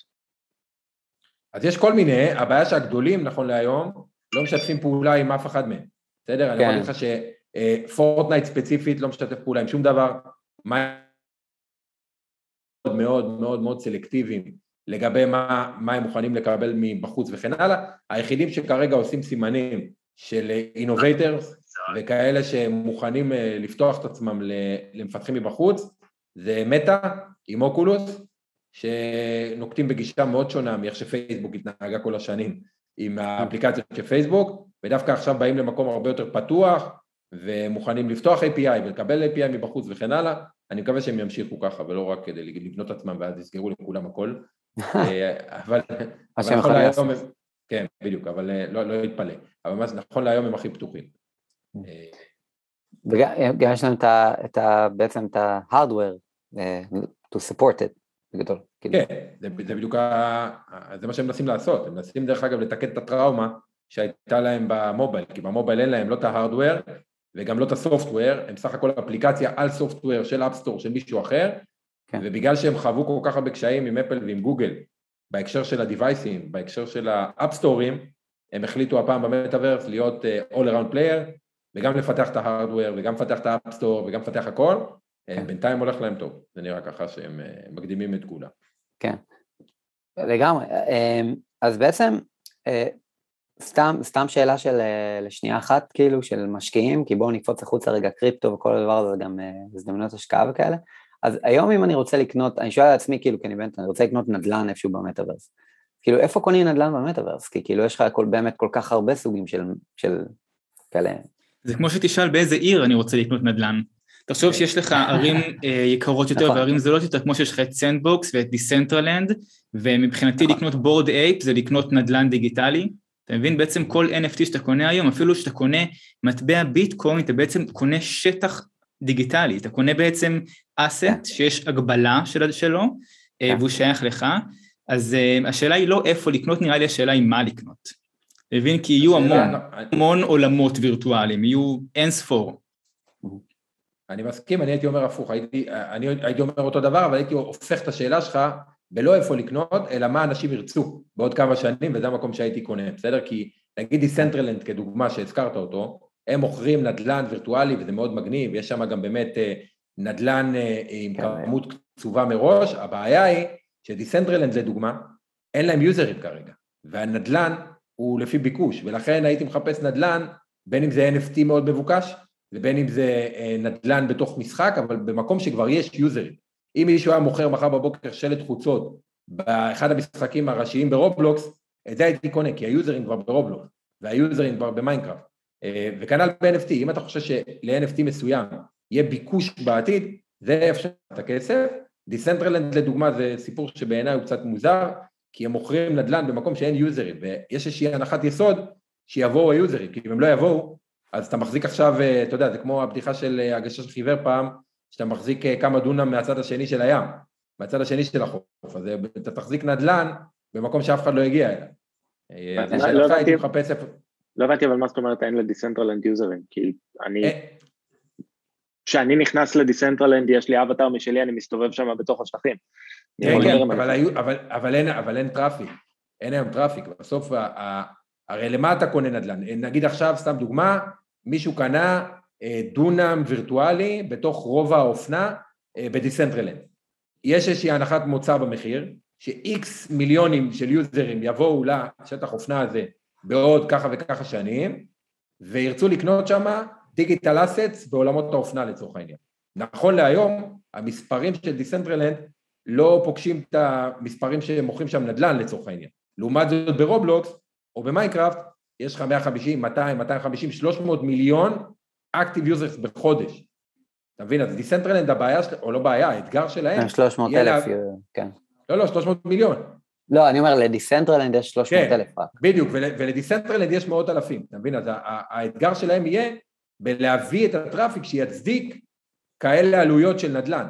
אז יש כל מיני, הבעיה שהגדולים, נכון להיום, לא משתפים פעולה עם אף אחד מהם. בסדר? אני יכול להגיד לך שפורטנייט ספציפית לא משתף פעולה עם שום דבר, מאוד מאוד מאוד מאוד סלקטיביים, לגבי מה, מה הם מוכנים לקבל מבחוץ וכן הלאה. היחידים שכרגע עושים סימנים של אינובייטרס, וכאלה שמוכנים לפתוח את עצמם למפתחים מבחוץ, זה מטא עם אוקולוס, שנוקטים בגישה מאוד שונה מאיך שפייסבוק התנהגה כל השנים, עם האפליקציות של פייסבוק, ודווקא עכשיו באים למקום הרבה יותר פתוח, ומוכנים לפתוח איי פי איי ולקבל איי פי איי מבחוץ וכן הלאה. אני מקווה שהם ימשיכו ככה, ולא רק כדי לבנות עצמם, ואז יסגרו לכולם הכל. אבל נכון להיום, כן, בדיוק, אבל לא יתפלא. אבל מה זה נכון להיום הם הכי פתוחים. וגם יש להם בעצם את ה-hardware to support it, בגדול. כן, זה בדיוק, זה מה שהם מנסים לעשות. הם מנסים דרך אגב לתקן את הטראומה שהייתה להם במובייל, כי במובייל אין להם לא את ה-hardware, וגם לא את הסופטוור, הם סך הכל אפליקציה על סופטוור של אפסטור של מישהו אחר, כן. ובגלל שהם חוו כל כך הרבה קשיים עם אפל ועם גוגל, בהקשר של הדיווייסים, בהקשר של האפסטורים, הם החליטו הפעם במטאברס להיות all around player, וגם לפתח את ההארדוור, וגם לפתח את האפסטור, וגם לפתח הכל, כן. בינתיים הולך להם טוב, זה נראה ככה שהם מקדימים את כולה. כן, לגמרי, אז בעצם, סתם, סתם שאלה של לשנייה אחת, כאילו, של משקיעים, כי בואו נקפוץ החוצה רגע קריפטו, וכל הדבר הזה גם הזדמנויות השקעה וכאלה, אז היום אם אני רוצה לקנות, אני שואל על עצמי, כאילו, כי אני באמת, אני רוצה לקנות נדל"ן איפשהו במטאברס, כאילו, איפה קונים נדל"ן במטאברס? כי כאילו, יש לך כל, באמת כל כך הרבה סוגים של, של כאלה. זה כמו שתשאל באיזה עיר אני רוצה לקנות נדל"ן. תחשוב שיש לך ערים יקרות יותר וערים זולות יותר, כמו שיש לך את סנדבוקס ואת דיסנטרלנד, ומבחינתי לקנות בורד אייפ זה לקנות נדל"ן דיגיטלי. אתה מבין? בעצם כל אן אף טי שאתה קונה היום, אפילו שאתה קונה מטבע ביטקוין, אתה בעצם קונה שטח דיגיטלי, אתה קונה בעצם אסט שיש הגבלה שלו, והוא שייך לך, אז השאלה היא לא איפה לקנות, נראה לי השאלה היא מה לקנות. מבין? כי יהיו המון, המון עולמות וירטואליים, יהיו אין ספור. אני מסכים, אני הייתי אומר הפוך, הייתי, אני הייתי אומר אותו דבר, אבל הייתי הופך את השאלה שלך, בלא איפה לקנות, אלא מה אנשים ירצו בעוד כמה שנים, וזה המקום שהייתי קונה, בסדר? כי נגיד דיסנטרלנד כדוגמה שהזכרת אותו, הם מוכרים נדל"ן וירטואלי, וזה מאוד מגניב, יש שם גם באמת נדל"ן עם כמות קצובה מראש, הבעיה היא שדיסנטרלנד לדוגמה, אין להם יוזרים כרגע, והנדל"ן הוא לפי ביקוש, ולכן הייתי מחפש נדל"ן, בין אם זה אן אף טי מאוד מבוקש, ובין אם זה נדל"ן בתוך משחק, אבל במקום שכבר יש יוזרים. אם מישהו היה מוכר מחר בבוקר שלט חוצות, באחד המשחקים הראשיים ברובלוקס, את זה הייתי קונה, כי היוזרים כבר ברובלוקס, והיוזרים כבר במיינקראפט. וכנ"ל ב-אן אף טי, אם אתה חושב של-אן אף טי מסוים יהיה ביקוש בעתיד, זה אפשר את הכסף. דיסנטרלנד לדוגמה זה סיפור שבעיניי הוא קצת מוזר, כי הם מוכרים נדל"ן במקום שאין יוזרים, ויש איזושהי הנחת יסוד שיבואו היוזרים, כי אם הם לא יבואו, אז אתה מחזיק עכשיו, אתה יודע, זה כמו הפתיחה של הגשה של חיוור פעם, שאתה מחזיק כמה דונם מהצד השני של הים, מהצד השני של החוף, אז אתה תחזיק נדל"ן במקום שאף אחד לא הגיע אליו. לא הבנתי, אבל מה זאת אומרת אין לדיסנטרלנד יוזרים, כי אני... כשאני נכנס לדיסנטרלנד, יש לי אבטר משלי, אני מסתובב שם בתוך השטחים. כן, כן, אבל אין טראפיק, אין היום טראפיק, בסוף, הרי למה אתה קונה נדל"ן? נגיד עכשיו, סתם דוגמה, מישהו קנה דונם וירטואלי בתוך רובע האופנה בדיסנטרלנד. יש איזושהי הנחת מוצא במחיר, ש-X מיליונים של יוזרים יבואו לשטח אופנה הזה בעוד ככה וככה שנים, וירצו לקנות שם דיגיטל אסטס בעולמות האופנה לצורך העניין. נכון להיום, המספרים של דיסנטרלנד לא פוגשים את המספרים שמוכרים שם נדל"ן לצורך העניין. לעומת זאת ברובלוקס או במיינקראפט, יש לך מאה וחמישים, מאתיים, מאתיים וחמישים, שלוש מאות מיליון אקטיב יוזרס בחודש. אתה מבין, אז דיסנטרלנד הבעיה, או לא בעיה, האתגר שלהם... שלוש מאות אלף, כן. לא, לא, שלוש מאות מיליון. לא, אני אומר, לדיסנטרלנד יש שלוש מאות אלף רק. בדיוק, ולדיסנטרלנד יש מאות אלפים, אתה מבין, אז האתגר שלהם יהיה בלהביא את הטראפיק שיצדיק כאלה עלויות של נדל"ן.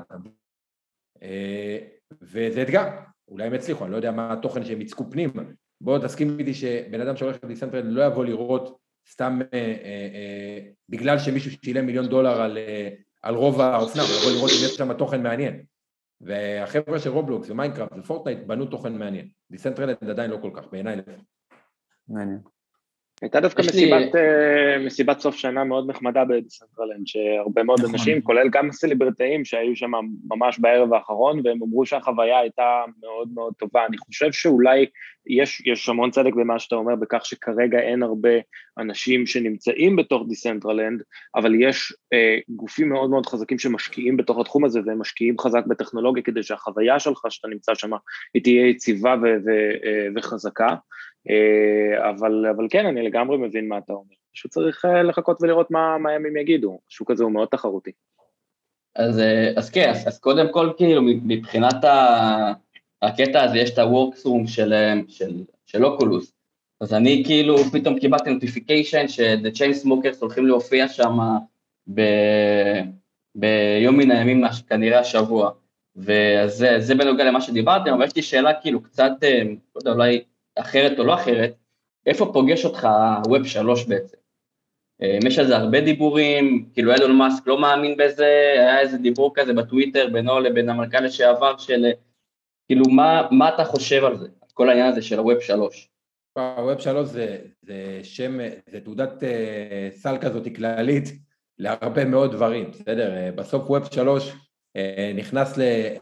וזה אתגר, אולי הם הצליחו, אני לא יודע מה התוכן שהם יצקו פנימה. בואו תסכים איתי שבן אדם שהולך לדיסנטרלנד לא יבוא לראות סתם בגלל שמישהו שילם מיליון דולר על, על רוב האופנה, הוא יבוא לראות אם יש שם תוכן מעניין. והחבר'ה של רובלוקס ומיינקראפט ופורטנייט בנו תוכן מעניין. דיסנטרלנד עדיין לא כל כך, בעיניי לפעמים. מעניין. הייתה דווקא מסיבת, לי... מסיבת סוף שנה מאוד נחמדה בדיסנטרלנד, שהרבה מאוד נכון. אנשים, כולל גם סלבריטאים שהיו שם ממש בערב האחרון, והם אמרו שהחוויה הייתה מאוד מאוד טובה. אני חושב שאולי יש, יש המון צדק במה שאתה אומר, בכך שכרגע אין הרבה אנשים שנמצאים בתוך דיסנטרלנד, אבל יש אה, גופים מאוד מאוד חזקים שמשקיעים בתוך התחום הזה, והם משקיעים חזק בטכנולוגיה, כדי שהחוויה שלך שאתה נמצא שם, היא תהיה יציבה ו- ו- ו- וחזקה. אבל, אבל כן, אני לגמרי מבין מה אתה אומר. פשוט צריך לחכות ולראות מה, מה הם יגידו. השוק הזה הוא מאוד תחרותי. אז, אז כן, אז, אז קודם כל, כאילו, מבחינת הקטע הזה, יש את ה-workroom של, של, של אוקולוס. אז אני כאילו פתאום קיבלתי נוטיפיקיישן ש-The Chainsmokers הולכים להופיע שם ב, ביום מן הימים, כנראה השבוע. ואז זה, זה בנוגע למה שדיברתם, אבל יש לי שאלה כאילו קצת, לא יודע, אולי, אחרת או לא אחרת, איפה פוגש אותך ווב שלוש בעצם? יש על זה הרבה דיבורים, כאילו אילון מאסק לא מאמין בזה, היה איזה דיבור כזה בטוויטר בינו לבין המנכ"ל לשעבר של, כאילו מה, מה אתה חושב על זה, כל העניין הזה של הווב שלוש? ווב שלוש זה, זה שם, זה תעודת סל כזאת כללית להרבה מאוד דברים, בסדר? בסוף ווב שלוש נכנס,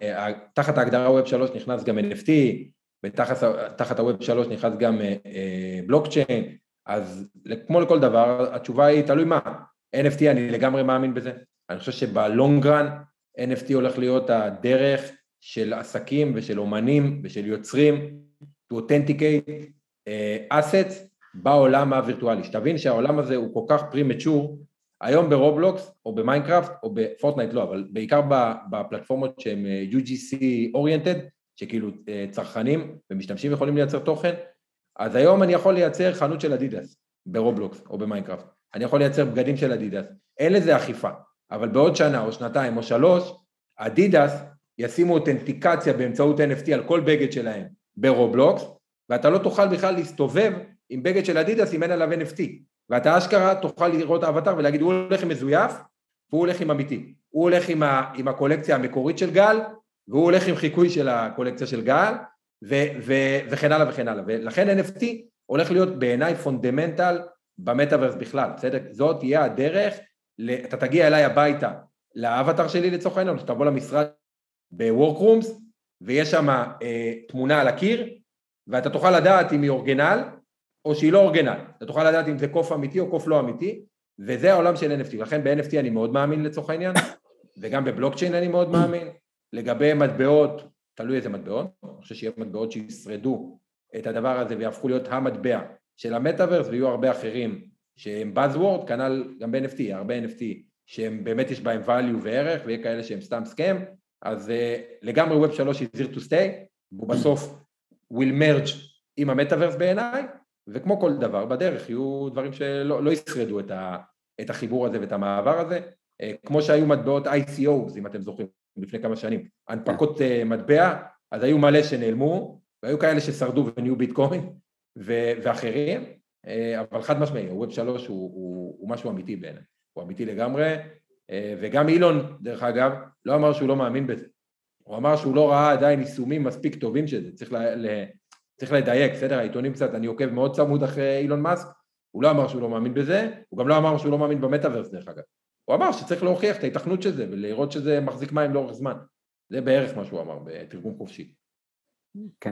תחת ההגדרה ווב שלוש נכנס גם אן אף טי, ותחת ה-ווב שלוש נכנס גם בלוקצ'יין, אז כמו לכל דבר, התשובה היא תלוי מה, אן אף טי אני לגמרי מאמין בזה, אני חושב שבלונגרן, אן אף טי הולך להיות הדרך של עסקים ושל אומנים ושל יוצרים, to authenticate assets בעולם הווירטואלי, שתבין שהעולם הזה הוא כל כך פרי-מצ'ור, היום ברובלוקס או במיינקראפט או בפורטנייט לא, אבל בעיקר בפלטפורמות שהן יו ג'י סי oriented, שכאילו צרכנים ומשתמשים יכולים לייצר תוכן, אז היום אני יכול לייצר חנות של אדידס ברובלוקס או במיינקראפט, אני יכול לייצר בגדים של אדידס, אין לזה אכיפה, אבל בעוד שנה או שנתיים או שלוש, אדידס ישימו אותנטיקציה באמצעות אן אף טי על כל בגד שלהם ברובלוקס, ואתה לא תוכל בכלל להסתובב עם בגד של אדידס אם אין עליו אן אף טי, ואתה אשכרה תוכל לראות האבטר ולהגיד הוא הולך עם מזויף, והוא הולך עם אמיתי, הוא הולך עם, ה, עם הקולקציה המקורית של גל, והוא הולך עם חיקוי של הקולקציה של גל, ו, ו, וכן הלאה וכן הלאה, ולכן אן אף טי הולך להיות בעיניי פונדמנטל במטאברס בכלל, בסדר? זאת תהיה הדרך, אתה תגיע אליי הביתה לאבטר שלי לצורך העניין, או שתבוא למשרד בוורקרומס, ויש שם אה, תמונה על הקיר, ואתה תוכל לדעת אם היא אורגינל, או שהיא לא אורגינל, אתה תוכל לדעת אם זה קוף אמיתי או קוף לא אמיתי, וזה העולם של אן אף טי, לכן ב-אן אף טי אני מאוד מאמין לצורך העניין, וגם בבלוקצ'יין אני מאוד מאמין, לגבי מטבעות, תלוי איזה מטבעות, אני חושב שיהיה מטבעות שישרדו את הדבר הזה, ויהפכו להיות המטבע של המטאברס, ויהיו הרבה אחרים שהם Buzzword, כנ"ל גם ב-אן אף טי, הרבה אן אף טי שהם באמת יש בהם value וערך, ויהיה כאלה שהם סתם סקם, אז uh, לגמרי ווב שלוש is here to stay, והוא בסוף will merge עם המטאברס בעיניי, וכמו כל דבר בדרך יהיו דברים שלא לא ישרדו את, ה, את החיבור הזה ואת המעבר הזה, uh, כמו שהיו מטבעות איי סי או, אם אתם זוכרים, לפני כמה שנים, הנפקות uh, מטבע, אז היו מלא שנעלמו, והיו כאלה ששרדו ונהיו ביטקוין, ו- ואחרים, uh, אבל חד משמעי, ווב שלוש הוא, הוא, הוא משהו אמיתי בעיניי, הוא אמיתי לגמרי, וגם אילון, דרך אגב, לא אמר שהוא לא מאמין בזה. הוא אמר שהוא לא ראה עדיין יישומים מספיק טובים שזה, צריך, ל, ל, צריך לדייק, בסדר, העיתונים קצת, אני עוקב מאוד צמוד אחרי אילון מאסק, הוא לא אמר שהוא לא מאמין בזה, הוא גם לא אמר שהוא לא מאמין במטאברס, דרך אגב. הוא אמר שצריך להוכיח את ההיתכנות של זה, ולראות שזה מחזיק מים לאורך זמן. זה בערך מה שהוא אמר, בתרגום חופשי. כן.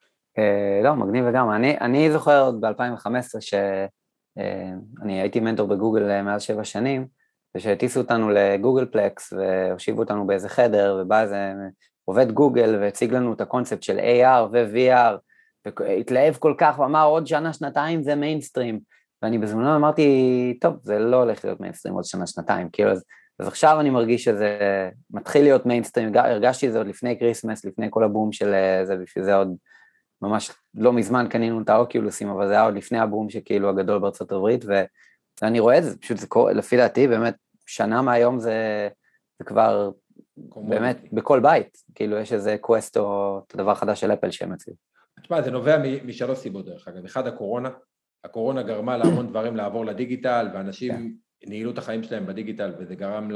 לא, מגניב וגם, אני, אני זוכר עוד ב-אלפיים וחמש עשרה שאני הייתי מנטור בגוגל מעל שבע שנים, ושהטיסו אותנו לגוגל פלקס, והושיבו אותנו באיזה חדר, ובא איזה עובד גוגל, והציג לנו את הקונספט של איי אר ו-וי אר, והתלהב כל כך, ואמר עוד שנה, שנתיים זה מיינסטרים, ואני בזמנו אמרתי, טוב, זה לא הולך להיות מיינסטרים עוד שנה, שנתיים, כאילו, אז, אז עכשיו אני מרגיש שזה מתחיל להיות מיינסטרים, הרגשתי את זה עוד לפני קריסמס, לפני כל הבום של זה, בשביל זה עוד ממש לא מזמן קנינו את האוקיולוסים, אבל זה היה עוד לפני הבום שכאילו הגדול בארצות הברית, ו... ואני רואה את זה, פשוט זה קורה, לפי דעתי, באמת, שנה מהיום זה, זה כבר, באמת, בכל בית, כאילו יש איזה קווסט או דבר חדש של אפל שהם אצלי. תשמע, זה נובע משלוש סיבות דרך אגב, אחד הקורונה, הקורונה גרמה להמון דברים לעבור לדיגיטל, ואנשים ניהלו את החיים שלהם בדיגיטל, וזה גרם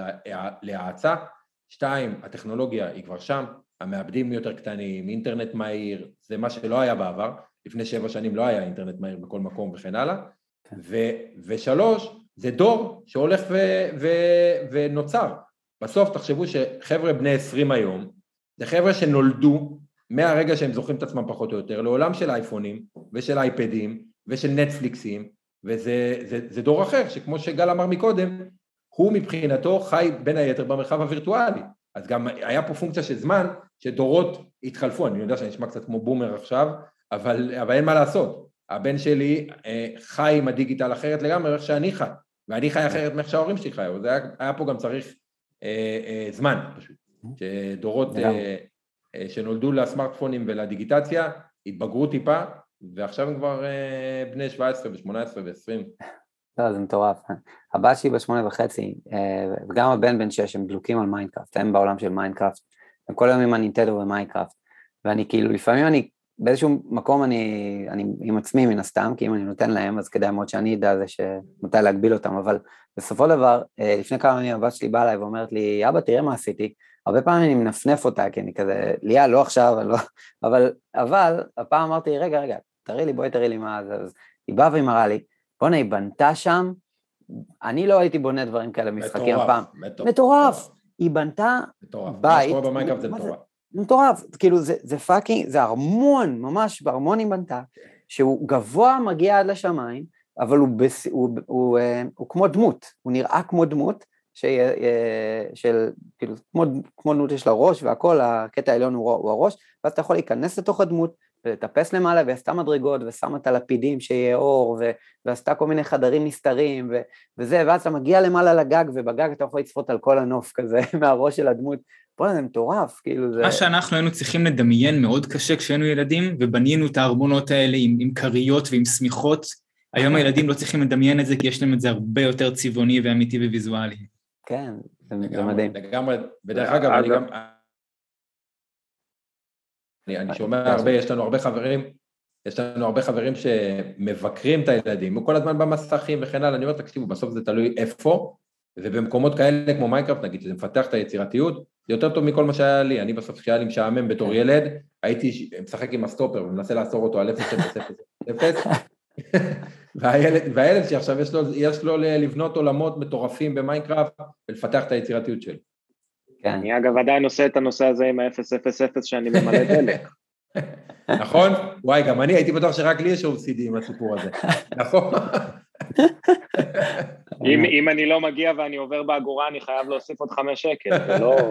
להאצה. שתיים, הטכנולוגיה היא כבר שם, המעבדים יותר קטנים, אינטרנט מהיר, זה מה שלא היה בעבר, לפני שבע שנים לא היה אינטרנט מהיר בכל מקום וכן הלאה, ו- ושלוש, זה דור שהולך ו- ו- ונוצר. בסוף תחשבו שחבר'ה בני עשרים היום, זה חבר'ה שנולדו מהרגע שהם זוכרים את עצמם פחות או יותר, לעולם של אייפונים ושל אייפדים ושל נטפליקסים, וזה זה, זה דור אחר, שכמו שגל אמר מקודם, הוא מבחינתו חי בין היתר במרחב הווירטואלי. אז גם היה פה פונקציה של זמן, שדורות התחלפו, אני יודע שאני נשמע קצת כמו בומר עכשיו, אבל, אבל אין מה לעשות. הבן שלי אה, חי עם הדיגיטל אחרת לגמרי, איך שאני חי, ואני חי אחרת מאיך שההורים שלי חיו, זה היה, היה פה גם צריך אה, אה, זמן פשוט, שדורות אה, אה, שנולדו לסמארטפונים ולדיגיטציה, התבגרו טיפה, ועכשיו הם כבר אה, בני שבע עשרה ו-שמונה עשרה ו-עשרים. לא, זה מטורף. הבת שלי בשמונה וחצי, וגם הבן בן שש, הם דלוקים על מיינקראפט, הם בעולם של מיינקראפט, הם כל היום עם הנינטנדו ומיינקראפט, ואני כאילו, לפעמים אני, באיזשהו מקום אני, אני עם עצמי מן הסתם, כי אם אני נותן להם, אז כדאי מאוד שאני אדע זה שמתי להגביל אותם, אבל בסופו דבר, לפני כמה ימים הבת שלי באה אליי ואומרת לי, אבא, תראה מה עשיתי, הרבה פעמים אני מנפנף אותה, כי אני כזה, ליה, לא עכשיו, לא, אבל, אבל, הפעם אמרתי, רגע, רגע, תראי לי, בואי תראי לי מה זה, אז היא באה והיא מראה לי, בוא'נה, היא בנתה שם, אני לא הייתי בונה דברים כאלה משחקים הפעם. מטורף, מטורף. היא בנתה מטורף. בית. מה שקורה במיינקראפט זה מטורף. מטורף, כאילו זה, זה פאקינג, זה ארמון, ממש בארמון היא בנתה, שהוא גבוה מגיע עד לשמיים, אבל הוא, בס... הוא, הוא, הוא, הוא כמו דמות, הוא נראה כמו דמות, ש... של, כאילו, כמו, כמו דמות יש לה ראש, והכל, הקטע העליון הוא, הוא הראש, ואז אתה יכול להיכנס לתוך הדמות, ולטפס למעלה, ועשתה מדרגות, ושמה את הלפידים שיהיה אור, ו... ועשתה כל מיני חדרים נסתרים, ו... וזה, ואז אתה מגיע למעלה לגג, ובגג אתה יכול לצפות על כל הנוף כזה, מהראש של הדמות, פה זה מטורף, כאילו זה... מה שאנחנו היינו צריכים לדמיין מאוד קשה כשהיינו ילדים, ובנינו את הארמונות האלה עם, עם קריות ועם סמיכות, היום הילדים לא צריכים לדמיין את זה, כי יש להם את זה הרבה יותר צבעוני ואמיתי וויזואלי. כן, זה מדהים. לגמרי, בדרך אגב, אני גם... אני שומע הרבה, יש לנו הרבה חברים, יש לנו הרבה חברים שמבקרים את הילדים, הוא כל הזמן במסכים וכן הלאה, אני אומר, תקשיבו, בסוף זה תלוי איפה, ובמקומות כאלה כמו מיינקראפט, נגיד, שזה מפתח את היצירתיות, זה יותר טוב מכל מה שהיה לי, אני בסוף שהיה לי משעמם בתור ילד, הייתי משחק עם הסטופר, ומנסה לאסור אותו על אפס אפס אפס, והילד שעכשיו יש לו, יש לו לבנות עולמות מטורפים במיינקראפט, ולפתח את היצירתיות שלו. אני אגב עדיין עושה את הנושא הזה עם ה-אפס אפס אפס שאני ממלא דלק. נכון? וואי, גם אני הייתי בטוח שרק לי יש או סי די עם הסיפור הזה. נכון? אם אני לא מגיע ואני עובר באגורה, אני חייב להוסיף עוד חמש שקל, זה לא...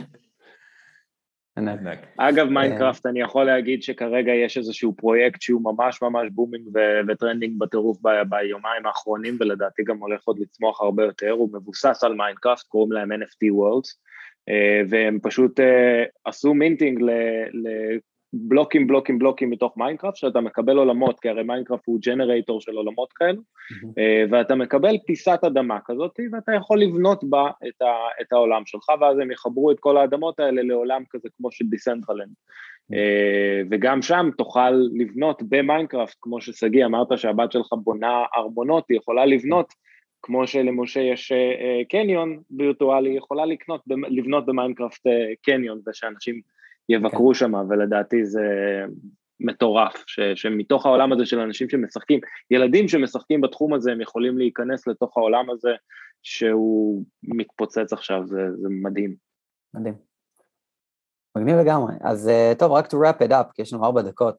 אגב, מיינקראפט, אני יכול להגיד שכרגע יש איזשהו פרויקט שהוא ממש ממש בומינג וטרנדינג בטירוף ביומיים האחרונים, ולדעתי גם הולך עוד לצמוח הרבה יותר, הוא מבוסס על מיינקראפט, קוראים להם אן אף טי Worlds, והם פשוט עשו מינטינג לבלוקים, בלוקים, בלוקים מתוך מיינקראפט, שאתה מקבל עולמות, כי הרי מיינקראפט הוא ג'נרייטור של עולמות כאלו, ואתה מקבל פיסת אדמה כזאת, ואתה יכול לבנות בה את, ה, את העולם שלך, ואז הם יחברו את כל האדמות האלה לעולם כזה כמו של דיסנטרלנד. וגם שם תוכל לבנות במיינקראפט, כמו שסגי אמרת שהבת שלך בונה ארמונות, היא יכולה לבנות, כמו שלמשה יש קניון וירטואלי, יכולה לקנות, לבנות במיינקראפט קניון, ושאנשים יבקרו שם, ולדעתי זה מטורף, ש, שמתוך העולם הזה של אנשים שמשחקים, ילדים שמשחקים בתחום הזה, הם יכולים להיכנס לתוך העולם הזה, שהוא מתפוצץ עכשיו, זה, זה מדהים. מדהים. מגניב לגמרי. אז טוב, רק to wrap it up, כי יש לנו ארבע דקות.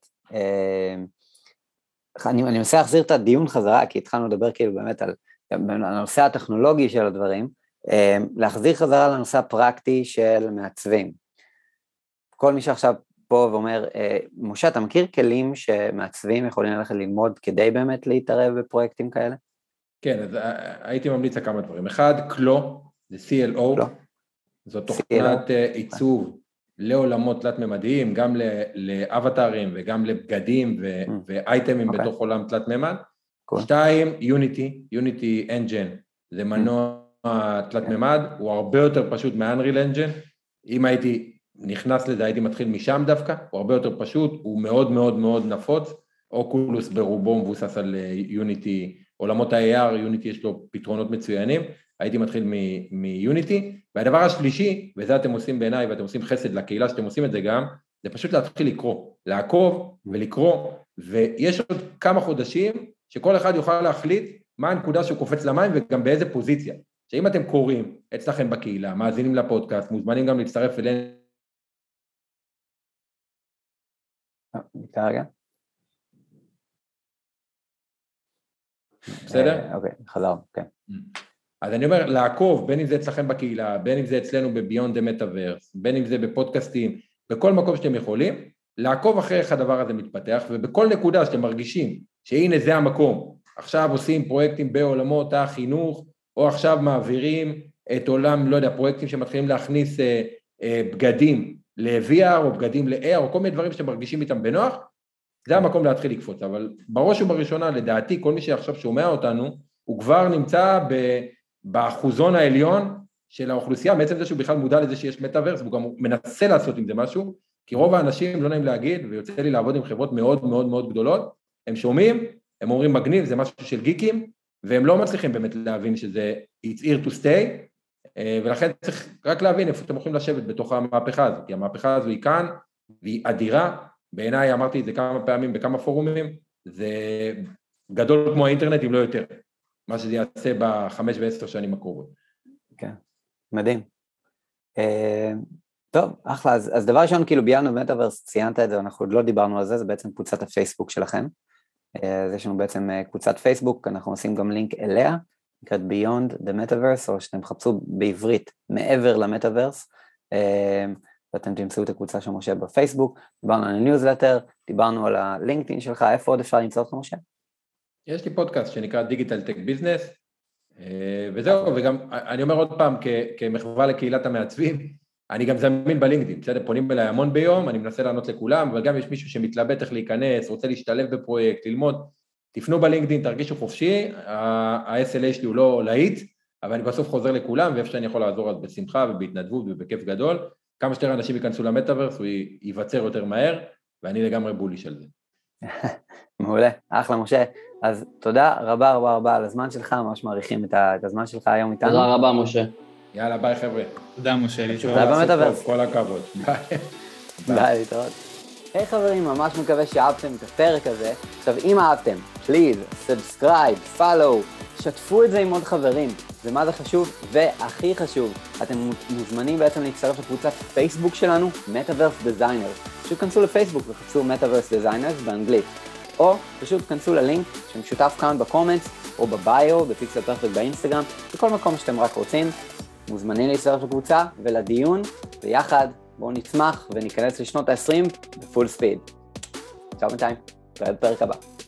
אני, אני מנסה להחזיר את הדיון חזרה, כי התחלנו לדבר כאילו באמת על הנושא הטכנולוגי של הדברים, להחזיר חזרה לנושא הפרקטי של מעצבים. כל מי שעכשיו פה ואומר, משה, אתה מכיר כלים שמעצבים יכולים ללכת ללמוד כדי באמת להתערב בפרויקטים כאלה? כן, אז הייתי ממליץ על כמה דברים. אחד, קלו, זה סי אל או, זו תוכנת עיצוב לעולמות תלת-ממדיים, גם לאבטרים וגם לבגדים ואייטמים בתוך עולם תלת-ממד. שתיים, יוניטי, יוניטי אנג'ן, זה מנוע תלת-ממד, הוא הרבה יותר פשוט מה-Unreal Engine, אם הייתי נכנס לזה, הייתי מתחיל משם דווקא, הוא הרבה יותר פשוט, הוא מאוד מאוד מאוד נפוץ, אוקולוס ברובו מבוסס על יוניטי, עולמות ה-איי אר, יוניטי יש לו פתרונות מצוינים, הייתי מתחיל מיוניטי, והדבר השלישי, וזה אתם עושים בעיניי, ואתם עושים חסד לקהילה שאתם עושים את זה גם, זה פשוט להתחיל לקרוא, לעקוב ולקרוא, ויש עוד כמה חודשים, שכל אחד יוכל להחליט מה הנקודה שהוא קופץ למים, וגם באיזה פוזיציה, שאם אתם קוראים אצלכם בקהילה, מאזינים לפודקאסט, מוזמנים גם להצטרף אלינו, כרגע? בסדר? אוקיי, חזר, כן. אז אני אומר, לעקוב, בין אם זה אצלכם בקהילה, בין אם זה אצלנו ב-Beyond the Metaverse, בין אם זה בפודקאסטים, בכל מקום שאתם יכולים, לעקוב אחרי איך הדבר הזה מתפתח, ובכל נקודה שאתם מרגישים שהנה זה המקום, עכשיו עושים פרויקטים בעולמות החינוך, או עכשיו מעבירים את עולם, לא יודע, פרויקטים שמתחילים להכניס אה, אה, בגדים ל-וי אר, או בגדים ל-איי אר, או כל מיני דברים שאתם מרגישים איתם בנוח, זה המקום להתחיל לקפוץ, אבל בראש ובראשונה, לדעתי, כל מי שעכשיו שומע אותנו, הוא כבר נמצא באחוזון העליון של האוכלוסייה, בעצם זה שהוא בכלל מודע לזה שיש מטאברס, והוא גם מנסה לעשות עם זה משהו, כי רוב האנשים, לא נעים להגיד, ויוצא לי לעבוד עם חברות מאוד מאוד מאוד גדולות, הם שומעים, הם אומרים מגניב, זה משהו של גיקים, והם לא מצליחים באמת להבין שזה it's here to stay, ולכן צריך רק להבין איפה אתם יכולים לשבת בתוך המהפכה הזאת, כי המהפכה הזו היא כאן, והיא אדירה, בעיניי, אמרתי את זה כמה פעמים בכמה פורומים, זה גדול כמו האינטרנט, אם לא יותר, מה שזה יעשה בחמש ועשר שנים הקרובות. כן, מדהים. טוב, אחלה, אז, אז דבר ראשון, כאילו ביאנו במטאברס, ציינת את זה, אנחנו עוד לא דיברנו על זה, זה בעצם קבוצת הפייסבוק שלכם. אז יש לנו בעצם קבוצת פייסבוק, אנחנו עושים גם לינק אליה, נקראת Beyond the Metaverse, או שאתם חפשו בעברית, מעבר למטאברס, ואתם תמצאו את הקבוצה של משה בפייסבוק, דיברנו על הניוזלטר, דיברנו על הלינקדאין שלך, איפה עוד אפשר למצוא אותך, משה? יש לי פודקאסט שנקרא דיגיטל טק ביזנס, וזהו, וגם אני אומר עוד פעם, כמחווה לקהילת המעצבים, אני גם זמין בלינקדאין, בסדר, פונים אליי המון ביום, אני מנסה לענות לכולם, אבל גם יש מישהו שמתלבט איך להיכנס, רוצה להשתלב בפרויקט, ללמוד, תפנו בלינקדאין, תרגישו חופשי, ה-אס אל איי שלי הוא לא להיט, אבל אני בסוף חוזר לכולם, ואיפה שאני יכול לעזור אז בשמחה ובהתנדבות ובכיף גדול, כמה שיותר אנשים ייכנסו למטאברס, הוא ייווצר יותר מהר, ואני לגמרי בוליש על זה. מעולה, אחלה משה, אז תודה רבה רבה רבה על הזמן שלך, ממש מעריכים את הזמן שלך היום איתנו. תודה רבה משה. יאללה, ביי חבר'ה. תודה משה, להתראות. תודה במטאברס. כל הכבוד. ביי. ביי, להתראות. היי חברים, ממש מקווה שאהבתם את הפרק הזה. עכשיו, אם אהבתם, פליז, סאבסקרייב, פולו, שתפו את זה עם עוד חברים. זה מה זה חשוב, והכי חשוב, אתם מוזמנים בעצם להצטרף לקבוצת פייסבוק שלנו, Metaverse Designers. פשוט כנסו לפייסבוק וחפשו Metaverse Designers באנגלית. או פשוט כנסו ללינק שמשותף כאן בקומנטס, או בביו, בפיקסל פרפקט באינסטגרם, בכל מקום שאתם רק רוצים. מוזמנים להצטרף לקבוצה ולדיון, ויחד בואו נצמח וניכנס לשנות ה-עשרים בפול ספיד. עכשיו בינתיים, נתראה בפרק הבא.